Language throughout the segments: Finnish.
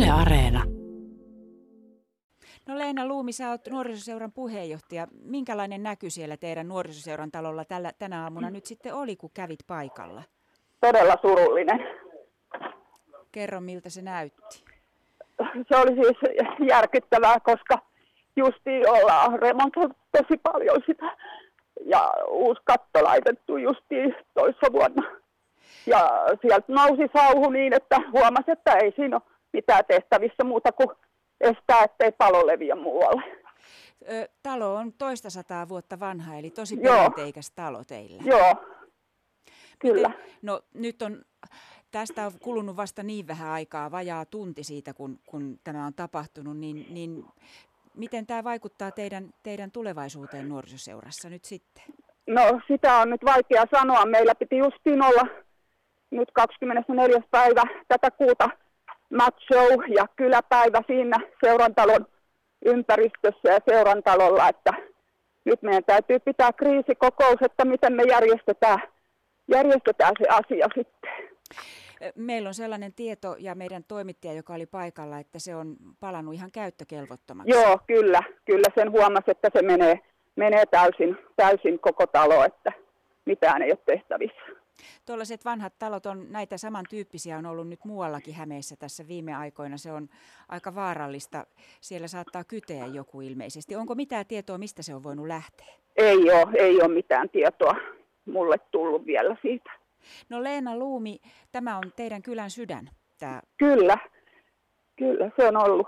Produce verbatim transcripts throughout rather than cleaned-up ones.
Yle Areena. No Leena Luumi, sä oot nuorisoseuran puheenjohtaja. Minkälainen näky siellä teidän nuorisoseuran talolla tällä, tänä aamuna nyt sitten oli, kun kävit paikalla? Todella surullinen. Kerro, miltä se näytti. Se oli siis järkyttävää, koska justiin ollaan remontoitu tosi paljon sitä. Ja uusi katto laitettu justiin toissa vuonna. Ja sieltä nousi sauhu niin, että huomasi, että ei siinä ole mitään tehtävissä muuta kuin estää, ettei palo leviä muualle. Ö, talo on toista sataa vuotta vanha, eli tosi Joo. perinteikäs talo teillä. Joo, kyllä. Miten, no nyt on, tästä on kulunut vasta niin vähän aikaa, vajaa tunti siitä, kun, kun tämä on tapahtunut, niin, niin miten tämä vaikuttaa teidän, teidän tulevaisuuteen nuorisoseurassa nyt sitten? No sitä on nyt vaikea sanoa. Meillä piti justiin olla nyt kahdeskymmenesneljäs päivä tätä kuuta match show ja kyläpäivä siinä seurantalon ympäristössä ja seurantalolla, että nyt meidän täytyy pitää kriisikokous, että miten me järjestetään, järjestetään se asia sitten. Meillä on sellainen tieto ja meidän toimittaja, joka oli paikalla, että se on palannut ihan käyttökelvottomaksi. Joo, kyllä. Kyllä sen huomasi, että se menee, menee täysin, täysin koko talo, että mitään ei ole tehtävissä. Tuollaiset vanhat talot on, näitä samantyyppisiä on ollut nyt muuallakin Hämeessä tässä viime aikoina. Se on aika vaarallista. Siellä saattaa kyteä joku ilmeisesti. Onko mitään tietoa, mistä se on voinut lähteä? Ei ole, ei ole mitään tietoa mulle tullut vielä siitä. No Leena Luumi, tämä on teidän kylän sydän. Tämä. Kyllä, kyllä se on ollut.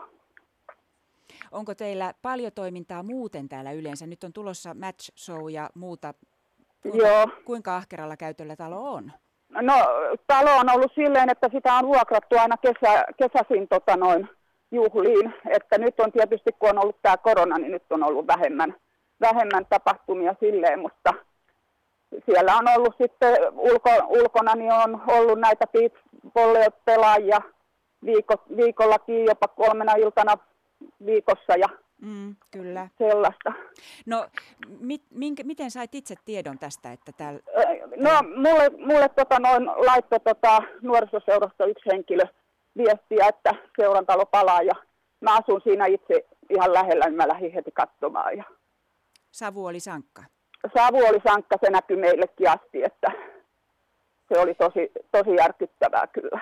Onko teillä paljon toimintaa muuten täällä yleensä? Nyt on tulossa match show ja muuta. Kuinka, Joo. kuinka ahkeralla käytöllä talo on? No talo on ollut silleen, että sitä on vuokrattu aina kesä, kesäisin tota noin, juhliin. Että nyt on tietysti, kun on ollut tämä korona, niin nyt on ollut vähemmän, vähemmän tapahtumia silleen, mutta siellä on ollut sitten ulko, ulkona, niin on ollut näitä beach-volley-pelaajia viiko, viikollakin jopa kolmena iltana viikossa ja Mm, kyllä. sellaista. No, mit, minkä, miten sait itse tiedon tästä, että täällä... No, mulle, mulle tota noin laittoi tota nuorisoseurasta yksi henkilö viestiä, että seurantalo palaa ja mä asun siinä itse ihan lähellä, niin mä lähdin heti katsomaan. Ja Savu oli sankka. savu oli sankka, se näkyi meillekin asti, että se oli tosi, tosi järkyttävää kyllä.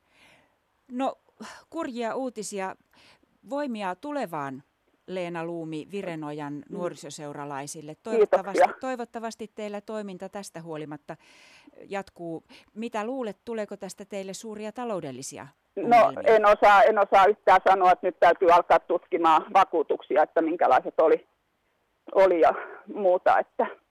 No, kurjia uutisia, voimia tulevaan, Leena Luumi Virenojan nuorisoseuralaisille. Toivottavasti, toivottavasti teillä toiminta tästä huolimatta jatkuu. Mitä luulet, tuleeko tästä teille suuria taloudellisia ongelmia? No en osaa, en osaa yhtään sanoa, että nyt täytyy alkaa tutkimaan vakuutuksia, että minkälaiset oli, oli ja muuta. Että